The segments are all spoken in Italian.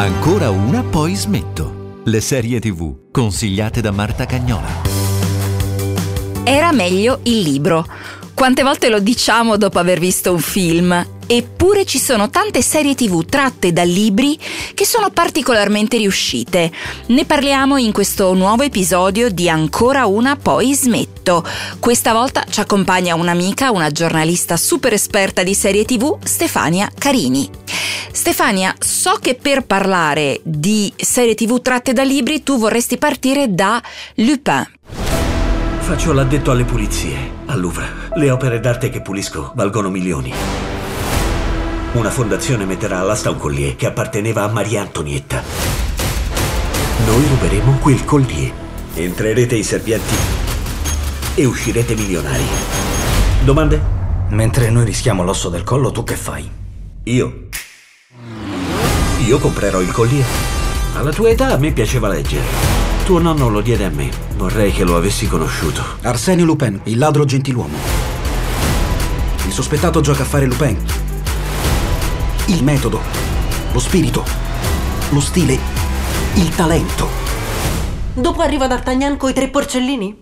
Ancora una, poi smetto. Le serie TV consigliate da Marta Cagnola. Era meglio il libro. Quante volte lo diciamo dopo aver visto un film? Eppure ci sono tante serie TV tratte da libri che sono particolarmente riuscite. Ne parliamo in questo nuovo episodio di Ancora una, poi smetto. Questa volta ci accompagna un'amica, una giornalista super esperta di serie TV, Stefania Carini. Stefania, so che per parlare di serie TV tratte da libri tu vorresti partire da Lupin. Faccio l'addetto alle pulizie, al Louvre. Le opere d'arte che pulisco valgono milioni. Una fondazione metterà all'asta un collier che apparteneva a Maria Antonietta. Noi ruberemo quel collier. Entrerete inservienti e uscirete milionari. Domande? Mentre noi rischiamo l'osso del collo, tu che fai? Io comprerò il collier. Alla tua età a me piaceva leggere. Tuo nonno lo diede a me. Vorrei che lo avessi conosciuto. Arsène Lupin, il ladro gentiluomo. Il sospettato gioca a fare Lupin. Il metodo, lo spirito, lo stile, il talento. Dopo arriva D'Artagnan coi 3 porcellini?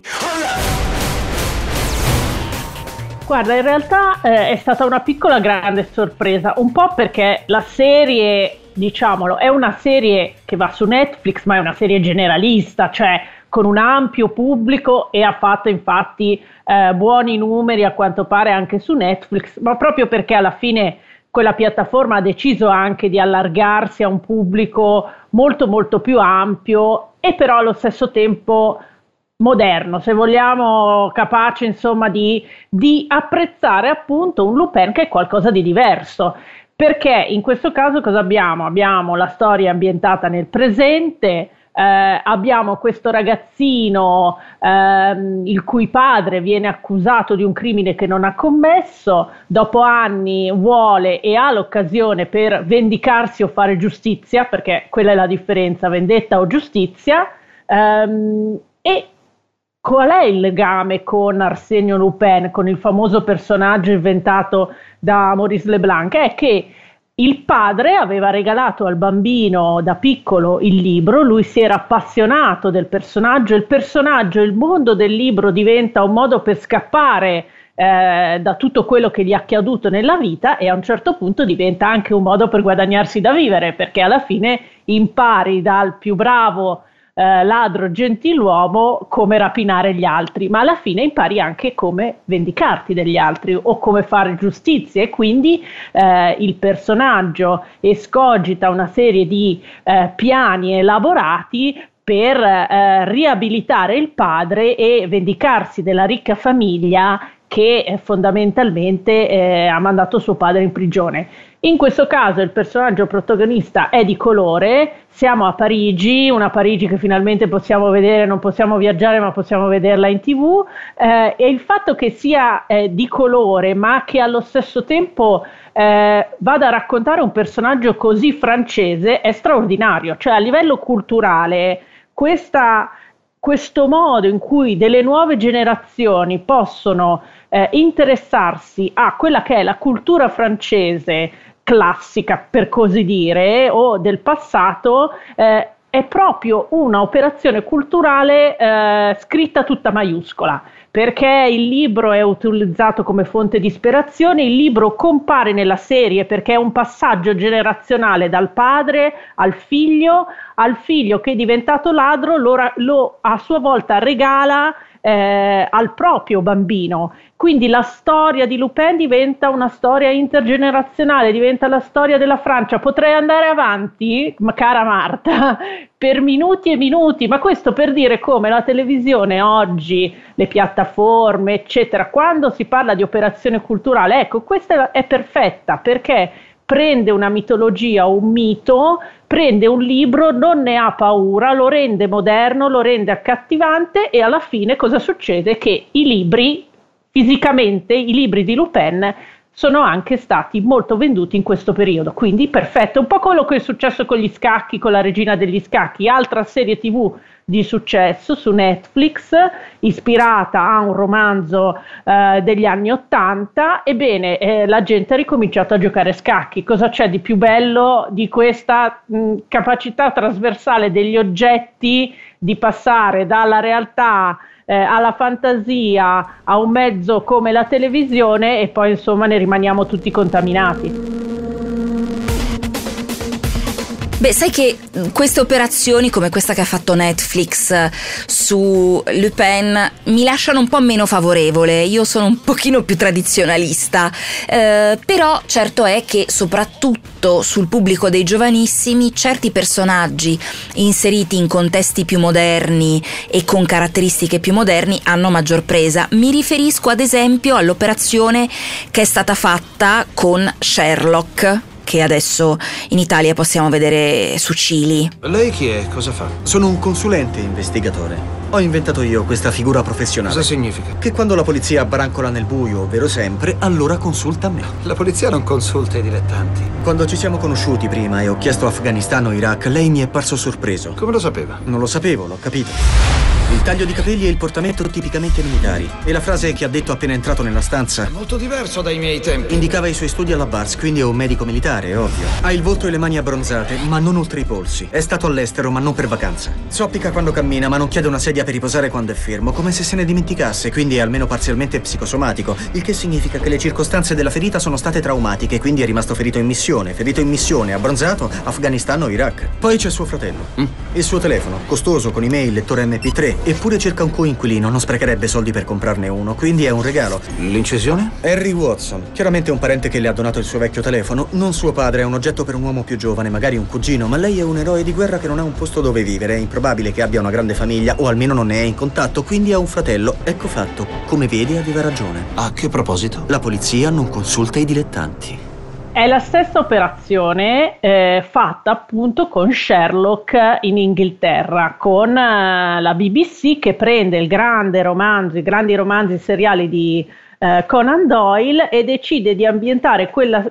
Guarda, in realtà è stata una piccola grande sorpresa, un po' perché la serie, diciamolo, è una serie che va su Netflix, ma è una serie generalista, cioè con un ampio pubblico, e ha fatto infatti buoni numeri a quanto pare anche su Netflix, ma proprio perché alla fine quella piattaforma ha deciso anche di allargarsi a un pubblico molto molto più ampio e però allo stesso tempo moderno, se vogliamo, capace insomma di apprezzare appunto un Lupin che è qualcosa di diverso, perché in questo caso cosa abbiamo? Abbiamo la storia ambientata nel presente, abbiamo questo ragazzino il cui padre viene accusato di un crimine che non ha commesso, dopo anni vuole e ha l'occasione per vendicarsi o fare giustizia, perché quella è la differenza, vendetta o giustizia, e qual è il legame con Arsène Lupin, con il famoso personaggio inventato da Maurice Leblanc? È che il padre aveva regalato al bambino da piccolo il libro, lui si era appassionato del personaggio, il mondo del libro diventa un modo per scappare da tutto quello che gli è accaduto nella vita, e a un certo punto diventa anche un modo per guadagnarsi da vivere, perché alla fine impari dal più bravo ladro gentiluomo come rapinare gli altri, ma alla fine impari anche come vendicarti degli altri o come fare giustizia, e quindi il personaggio escogita una serie di piani elaborati per riabilitare il padre e vendicarsi della ricca famiglia che fondamentalmente ha mandato suo padre in prigione. In questo caso il personaggio protagonista è di colore, siamo a Parigi, una Parigi che finalmente possiamo vedere, non possiamo viaggiare ma possiamo vederla in TV, e il fatto che sia di colore ma che allo stesso tempo vada a raccontare un personaggio così francese è straordinario, cioè a livello culturale questo modo in cui delle nuove generazioni possono interessarsi a quella che è la cultura francese classica, per così dire, o del passato, è proprio una operazione culturale scritta tutta maiuscola, perché il libro è utilizzato come fonte di ispirazione, il libro compare nella serie perché è un passaggio generazionale dal padre al figlio che è diventato ladro, lo a sua volta regala al proprio bambino. Quindi la storia di Lupin diventa una storia intergenerazionale, diventa la storia della Francia. Potrei andare avanti, cara Marta, per minuti e minuti, ma questo per dire come la televisione oggi, le piattaforme, eccetera, quando si parla di operazione culturale, ecco, questa è perfetta, perché prende una mitologia o un mito, prende un libro, non ne ha paura, lo rende moderno, lo rende accattivante, e alla fine cosa succede? Che i libri, fisicamente, i libri di Lupin sono anche stati molto venduti in questo periodo, quindi perfetto, un po' quello che è successo con gli scacchi, con La Regina degli Scacchi, altra serie TV di successo su Netflix, ispirata a un romanzo degli anni '80. Ebbene, la gente ha ricominciato a giocare a scacchi. Cosa c'è di più bello di questa capacità trasversale degli oggetti di passare dalla realtà alla fantasia, a un mezzo come la televisione, e poi insomma ne rimaniamo tutti contaminati. Beh, sai che queste operazioni come questa che ha fatto Netflix su Lupin mi lasciano un po' meno favorevole. Io sono un pochino più tradizionalista, però certo è che soprattutto sul pubblico dei giovanissimi certi personaggi inseriti in contesti più moderni e con caratteristiche più moderni hanno maggior presa. Mi riferisco ad esempio all'operazione che è stata fatta con Sherlock, che adesso in Italia possiamo vedere su Cili. Lei chi è? Cosa fa? Sono un consulente investigatore. Ho inventato io questa figura professionale. Cosa significa? Che quando la polizia brancola nel buio, ovvero sempre, allora consulta me. La polizia non consulta i dilettanti. Quando ci siamo conosciuti prima e ho chiesto Afghanistan o Iraq, lei mi è parso sorpreso. Come lo sapeva? Non lo sapevo, l'ho capito. Il taglio di capelli e il portamento tipicamente militari. E la frase che ha detto appena entrato nella stanza, È molto diverso dai miei tempi. indicava i suoi studi alla Bars, quindi è un medico militare, ovvio. Ha il volto e le mani abbronzate, ma non oltre i polsi. È stato all'estero, ma non per vacanza. Zoppica quando cammina, ma non chiede una sedia per riposare quando è fermo, come se se ne dimenticasse, quindi è almeno parzialmente psicosomatico, il che significa che le circostanze della ferita sono state traumatiche, quindi è rimasto ferito in missione, abbronzato, Afghanistan o Iraq. Poi c'è suo fratello. Il suo telefono, costoso, con email, lettore MP3, eppure cerca un coinquilino, non sprecherebbe soldi per comprarne uno, quindi è un regalo. L'incisione? Harry Watson, chiaramente un parente che le ha donato il suo vecchio telefono, non suo padre, è un oggetto per un uomo più giovane, magari un cugino, ma lei è un eroe di guerra che non ha un posto dove vivere, è improbabile che abbia una grande famiglia, o almeno non ne è in contatto, quindi ha un fratello. Ecco fatto, come vede aveva ragione. A che proposito? La polizia non consulta i dilettanti. È la stessa operazione fatta appunto con Sherlock in Inghilterra, con la BBC che prende i grandi romanzi seriali di Conan Doyle e decide di ambientare quelle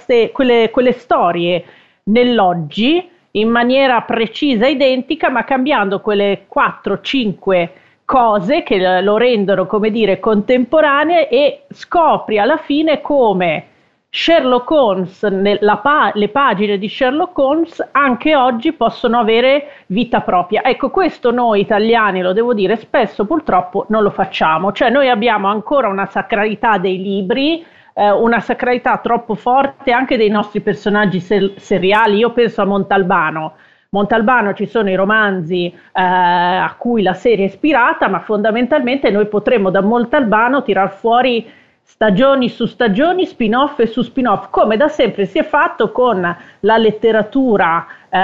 storie nell'oggi in maniera precisa e identica, ma cambiando quelle 4-5 cose che lo rendono, come dire, contemporanee, e scopri alla fine come Sherlock Holmes, le pagine di Sherlock Holmes anche oggi possono avere vita propria. Ecco, questo noi italiani, lo devo dire, spesso purtroppo non lo facciamo, cioè noi abbiamo ancora una sacralità dei libri, una sacralità troppo forte anche dei nostri personaggi seriali. Io penso a Montalbano, ci sono i romanzi a cui la serie è ispirata, ma fondamentalmente noi potremmo da Montalbano tirar fuori stagioni su stagioni, spin-off e su spin-off, come da sempre si è fatto con la letteratura,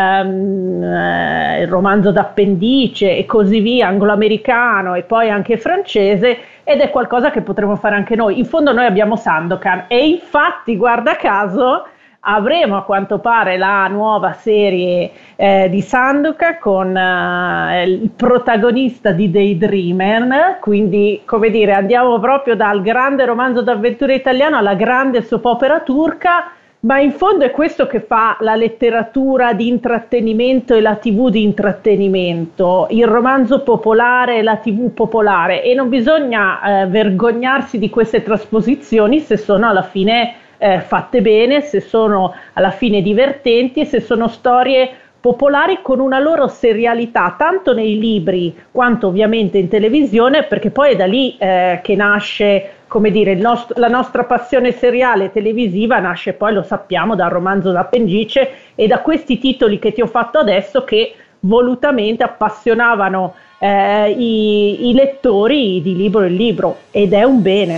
il romanzo d'appendice e così via, anglo-americano e poi anche francese, ed è qualcosa che potremmo fare anche noi. In fondo noi abbiamo Sandokan e infatti, guarda caso, avremo a quanto pare la nuova serie di Sandokan con il protagonista di Daydreamer, quindi come dire andiamo proprio dal grande romanzo d'avventura italiano alla grande soap opera turca, ma in fondo è questo che fa la letteratura di intrattenimento e la TV di intrattenimento, il romanzo popolare e la TV popolare, e non bisogna vergognarsi di queste trasposizioni se sono alla fine fatte bene, se sono alla fine divertenti e se sono storie popolari con una loro serialità tanto nei libri quanto ovviamente in televisione, perché poi è da lì che nasce, come dire, la nostra passione seriale televisiva nasce, poi lo sappiamo, dal romanzo d'appendice e da questi titoli che ti ho fatto adesso, che volutamente appassionavano i lettori di libro in libro, ed è un bene.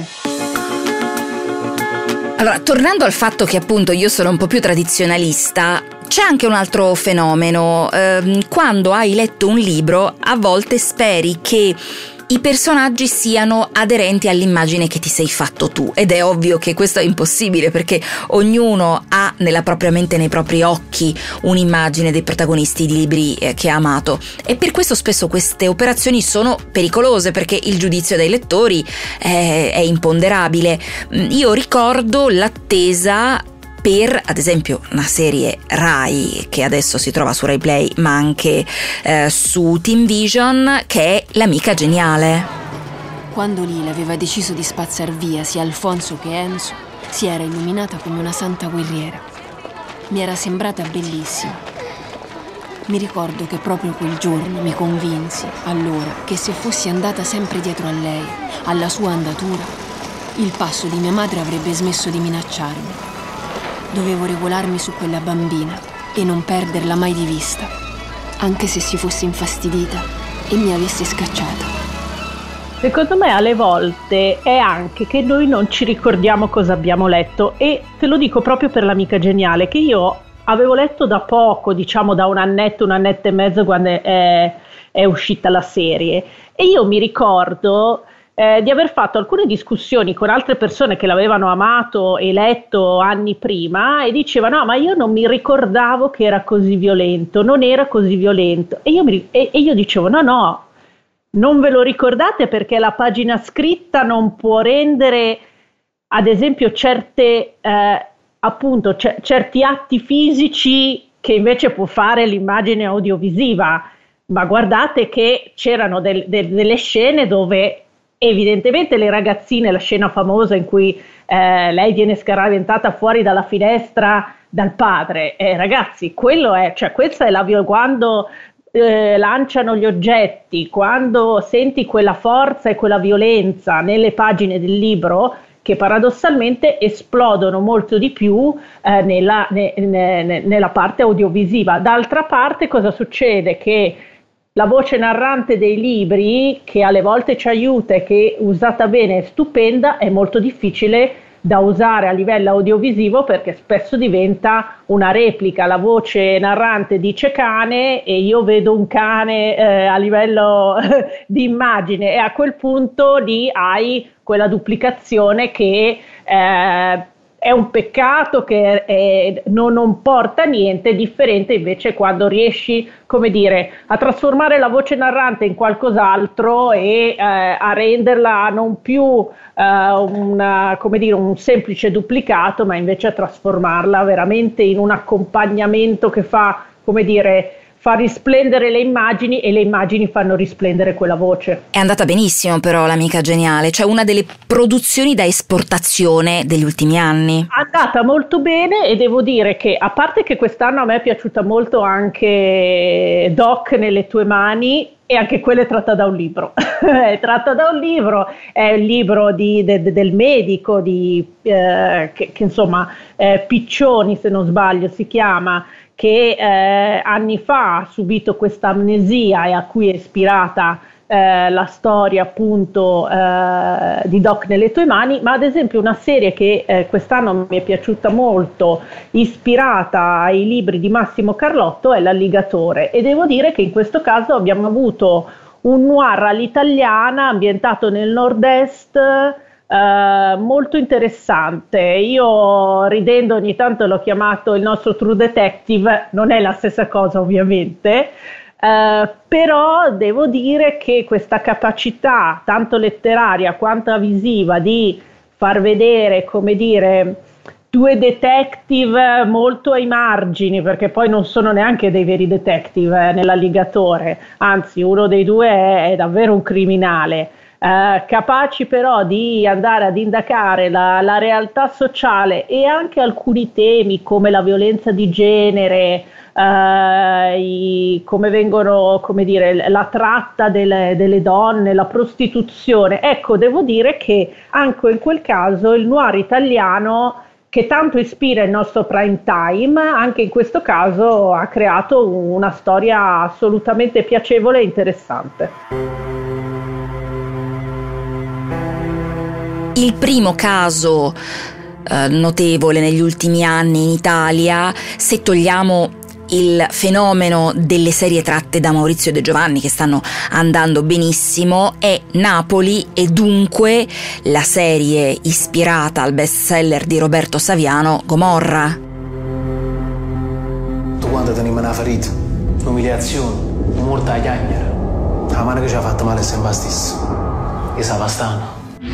Allora, tornando al fatto che appunto io sono un po' più tradizionalista, c'è anche un altro fenomeno. Quando hai letto un libro, a volte speri che i personaggi siano aderenti all'immagine che ti sei fatto tu, ed è ovvio che questo è impossibile perché ognuno ha nella propria mente, nei propri occhi, un'immagine dei protagonisti di libri che ha amato, e per questo spesso queste operazioni sono pericolose perché il giudizio dei lettori è imponderabile. Io ricordo l'attesa per, ad esempio, una serie Rai che adesso si trova su Rai Play ma anche su Team Vision, che è L'amica geniale. Quando Lila aveva deciso di spazzar via sia Alfonso che Enzo, si era illuminata come una santa guerriera. Mi era sembrata bellissima. Mi ricordo che proprio quel giorno mi convinsi, allora, che se fossi andata sempre dietro a lei, alla sua andatura, il passo di mia madre avrebbe smesso di minacciarmi. Dovevo regolarmi su quella bambina e non perderla mai di vista, anche se si fosse infastidita e mi avesse scacciata. Secondo me alle volte è anche che noi non ci ricordiamo cosa abbiamo letto, e te lo dico proprio per L'amica geniale, che io avevo letto da poco, diciamo da un annetto e mezzo, quando è uscita la serie, e io mi ricordo di aver fatto alcune discussioni con altre persone che l'avevano amato e letto anni prima, e dicevano: no, ma io non mi ricordavo che era così violento, non era così violento, e io dicevo no, non ve lo ricordate perché la pagina scritta non può rendere, ad esempio, certi atti fisici che invece può fare l'immagine audiovisiva. Ma guardate che c'erano delle scene dove evidentemente le ragazzine, la scena famosa in cui lei viene scaraventata fuori dalla finestra dal padre, ragazzi, questa è quando lanciano gli oggetti, quando senti quella forza e quella violenza nelle pagine del libro, che paradossalmente esplodono molto di più nella parte audiovisiva. D'altra parte cosa succede? Che la voce narrante dei libri, che alle volte ci aiuta e che usata bene è stupenda, è molto difficile da usare a livello audiovisivo perché spesso diventa una replica. La voce narrante dice cane e io vedo un cane a livello di immagine, e a quel punto lì hai quella duplicazione che è un peccato, che non porta a niente. Differente invece quando riesci, come dire, a trasformare la voce narrante in qualcos'altro e a renderla non più un semplice duplicato, ma invece a trasformarla veramente in un accompagnamento che fa risplendere le immagini, e le immagini fanno risplendere quella voce. È andata benissimo però L'amica geniale, cioè una delle produzioni da esportazione degli ultimi anni. È andata molto bene, e devo dire che, a parte che quest'anno a me è piaciuta molto anche Doc nelle tue mani, e anche quella è tratta da un libro. È tratta da un libro, è il libro del medico che insomma Piccioni, se non sbaglio si chiama, che anni fa ha subito questa amnesia e a cui è ispirata la storia appunto di Doc nelle tue mani. Ma ad esempio una serie che quest'anno mi è piaciuta molto, ispirata ai libri di Massimo Carlotto, è L'alligatore, e devo dire che in questo caso abbiamo avuto un noir all'italiana ambientato nel nord-est, molto interessante. Io, ridendo, ogni tanto l'ho chiamato il nostro True Detective, non è la stessa cosa ovviamente, però devo dire che questa capacità tanto letteraria quanto visiva di far vedere, come dire, due detective molto ai margini, perché poi non sono neanche dei veri detective nell'alligatore, anzi uno dei due è davvero un criminale, capaci però di andare ad indagare la realtà sociale e anche alcuni temi come la violenza di genere, come vengono, come dire, la tratta delle donne, la prostituzione. Ecco, devo dire che anche in quel caso il noir italiano, che tanto ispira il nostro prime time, anche in questo caso ha creato una storia assolutamente piacevole e interessante. Il primo caso notevole negli ultimi anni in Italia, se togliamo il fenomeno delle serie tratte da Maurizio De Giovanni, che stanno andando benissimo, è Napoli e dunque la serie ispirata al bestseller di Roberto Saviano, Gomorra. Tu quando teniamo una ferita, un'umiliazione, un morto a chiagnere, la mano che ci ha fatto male è sempre la stessa, e Savastano.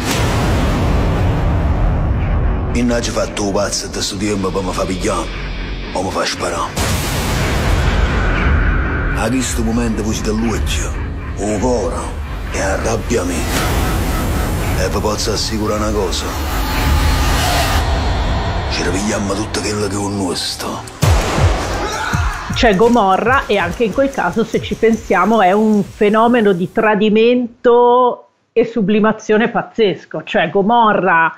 Io non ho fatto un pazzo da questo tempo per mi far pigliare o mi far sparare. A questo momento voce dell'occhio, un cuore e arrabbiamento. E vi posso assicurare una cosa: ci ripigliamo tutto quello che è un nostro. C'è Gomorra e anche in quel caso, se ci pensiamo, è un fenomeno di tradimento e sublimazione pazzesco. Cioè Gomorra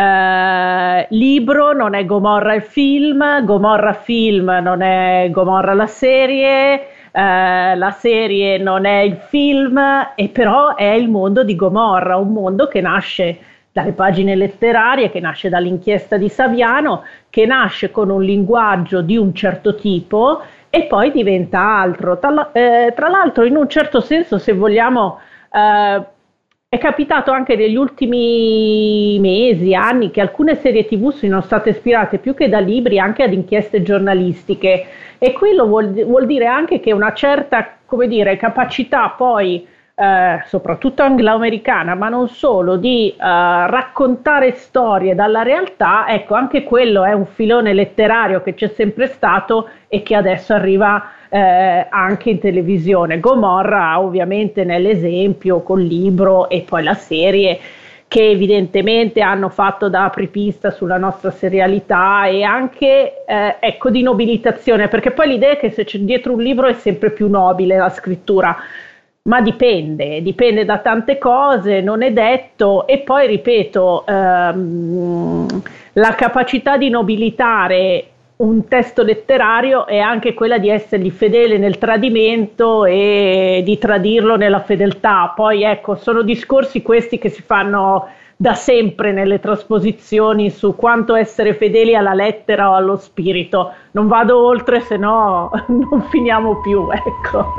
libro non è Gomorra il film, Gomorra film non è Gomorra la serie non è il film, e però è il mondo di Gomorra, un mondo che nasce dalle pagine letterarie, che nasce dall'inchiesta di Saviano, che nasce con un linguaggio di un certo tipo e poi diventa altro. Tra l'altro, in un certo senso, se vogliamo, è capitato anche negli ultimi mesi, anni, che alcune serie TV siano state ispirate più che da libri anche ad inchieste giornalistiche, e quello vuol dire anche che una certa, come dire, capacità poi, soprattutto angloamericana, ma non solo, di raccontare storie dalla realtà, ecco, anche quello è un filone letterario che c'è sempre stato e che adesso arriva anche in televisione. Gomorra ovviamente nell'esempio col libro e poi la serie, che evidentemente hanno fatto da apripista sulla nostra serialità e anche ecco, di nobilitazione, perché poi l'idea è che se c'è dietro un libro è sempre più nobile la scrittura, ma dipende da tante cose, non è detto. E poi ripeto, la capacità di nobilitare un testo letterario è anche quella di essergli fedele nel tradimento e di tradirlo nella fedeltà. Poi ecco, sono discorsi questi che si fanno da sempre nelle trasposizioni su quanto essere fedeli alla lettera o allo spirito. Non vado oltre, se no non finiamo più, ecco.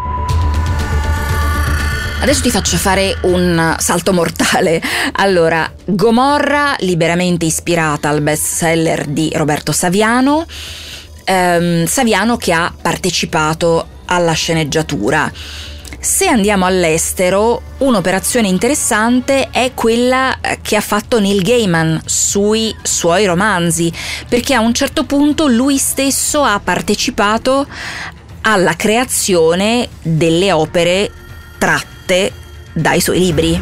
Adesso ti faccio fare un salto mortale. Allora, Gomorra, liberamente ispirata al bestseller di Roberto Saviano, Saviano che ha partecipato alla sceneggiatura. Se andiamo all'estero, un'operazione interessante è quella che ha fatto Neil Gaiman sui suoi romanzi, perché a un certo punto lui stesso ha partecipato alla creazione delle opere tratte dai suoi libri.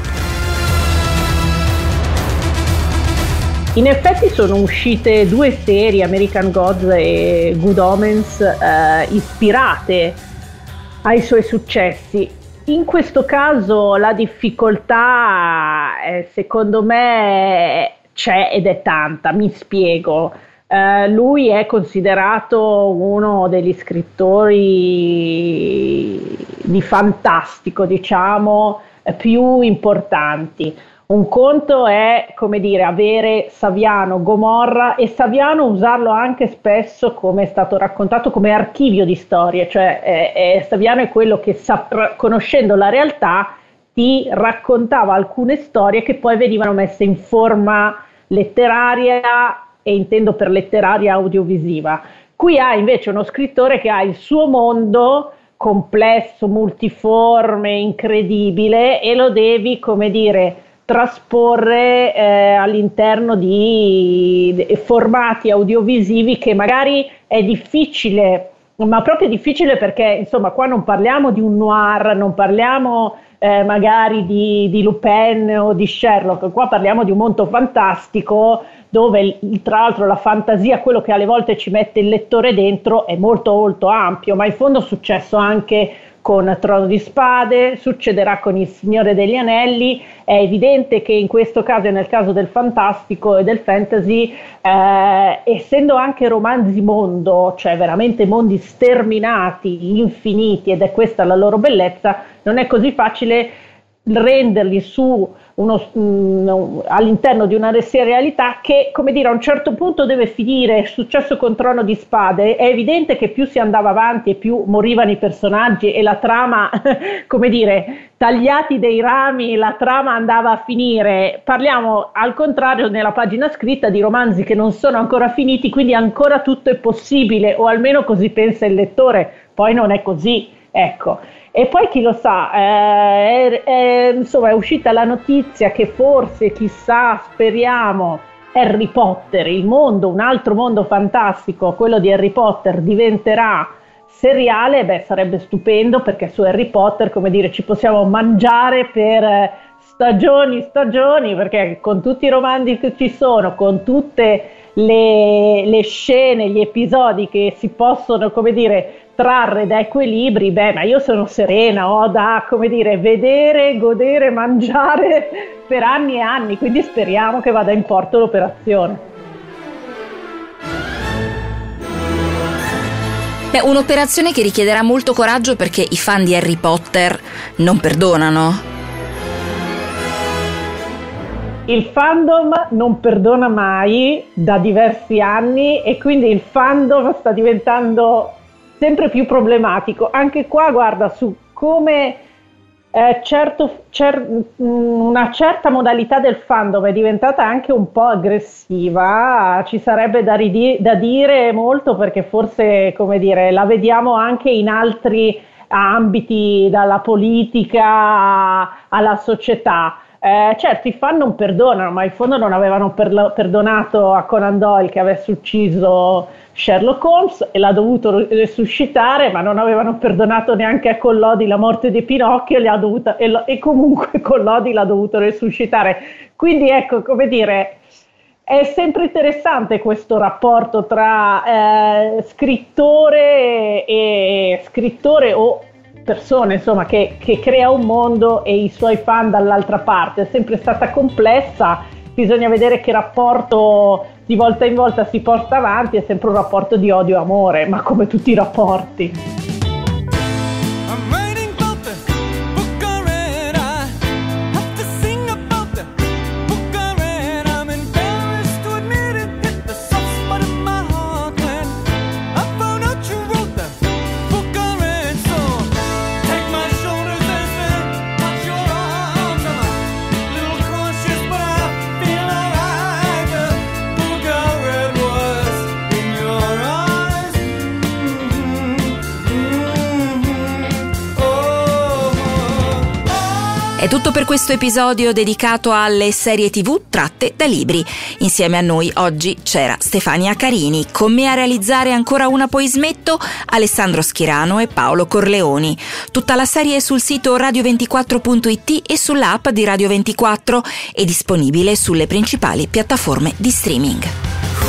In effetti sono uscite 2 serie, American Gods e Good Omens, ispirate ai suoi successi. In questo caso la difficoltà, secondo me, c'è ed è tanta. Mi spiego. Lui è considerato uno degli scrittori di fantastico, diciamo, più importanti. Un conto è, come dire, avere Saviano, Gomorra, e Saviano usarlo anche spesso, come è stato raccontato, come archivio di storie. Cioè Saviano è quello che, conoscendo la realtà, ti raccontava alcune storie che poi venivano messe in forma letteraria, e intendo per letteraria audiovisiva. Qui ha invece uno scrittore che ha il suo mondo complesso, multiforme, incredibile, e lo devi, come dire, trasporre all'interno di formati audiovisivi che magari è difficile, ma proprio difficile, perché insomma qua non parliamo di un noir, non parliamo magari di Lupin o di Sherlock, qua parliamo di un mondo fantastico dove tra l'altro la fantasia, quello che alle volte ci mette il lettore dentro, è molto molto ampio, ma in fondo è successo anche con Trono di Spade, succederà con Il Signore degli Anelli. È evidente che in questo caso e nel caso del fantastico e del fantasy, essendo anche romanzi mondo, cioè veramente mondi sterminati, infiniti, ed è questa la loro bellezza, non è così facile renderli all'interno di una serialità che, come dire, a un certo punto deve finire. È successo con Trono di Spade, è evidente che più si andava avanti e più morivano i personaggi e la trama, come dire, tagliati dei rami, la trama andava a finire. Parliamo al contrario nella pagina scritta di romanzi che non sono ancora finiti, quindi ancora tutto è possibile, o almeno così pensa il lettore, poi non è così, ecco. E poi chi lo sa, insomma è uscita la notizia che forse, chissà, speriamo, Harry Potter, il mondo, un altro mondo fantastico, quello di Harry Potter, diventerà seriale. Beh, sarebbe stupendo, perché su Harry Potter, come dire, ci possiamo mangiare per stagioni, perché con tutti i romanzi che ci sono, con tutte le scene, gli episodi che si possono, come dire, trarre da quei libri, ma io sono serena, ho da, come dire, vedere, godere, mangiare per anni e anni, quindi speriamo che vada in porto l'operazione. Un'operazione che richiederà molto coraggio, perché i fan di Harry Potter non perdonano. Il fandom non perdona mai da diversi anni, e quindi il fandom sta diventando sempre più problematico. Anche qua, guarda, su come una certa modalità del fandom è diventata anche un po' aggressiva, ci sarebbe da dire molto, perché forse, come dire, la vediamo anche in altri ambiti, dalla politica alla società. Certo, i fan non perdonano, ma in fondo non avevano perdonato a Conan Doyle che avesse ucciso Sherlock Holmes e l'ha dovuto resuscitare, ma non avevano perdonato neanche a Collodi la morte di Pinocchio, e comunque Collodi l'ha dovuto resuscitare. Quindi ecco, come dire, è sempre interessante questo rapporto tra scrittore o persone, insomma, che crea un mondo e i suoi fan dall'altra parte. È sempre stata complessa, bisogna vedere che rapporto di volta in volta si porta avanti. È sempre un rapporto di odio e amore, ma come tutti i rapporti. È tutto per questo episodio dedicato alle serie TV tratte da libri. Insieme a noi oggi c'era Stefania Carini, con me a realizzare ancora una Poi smetto Alessandro Schirano e Paolo Corleoni. Tutta la serie è sul sito radio24.it e sull'app di Radio 24, è disponibile sulle principali piattaforme di streaming.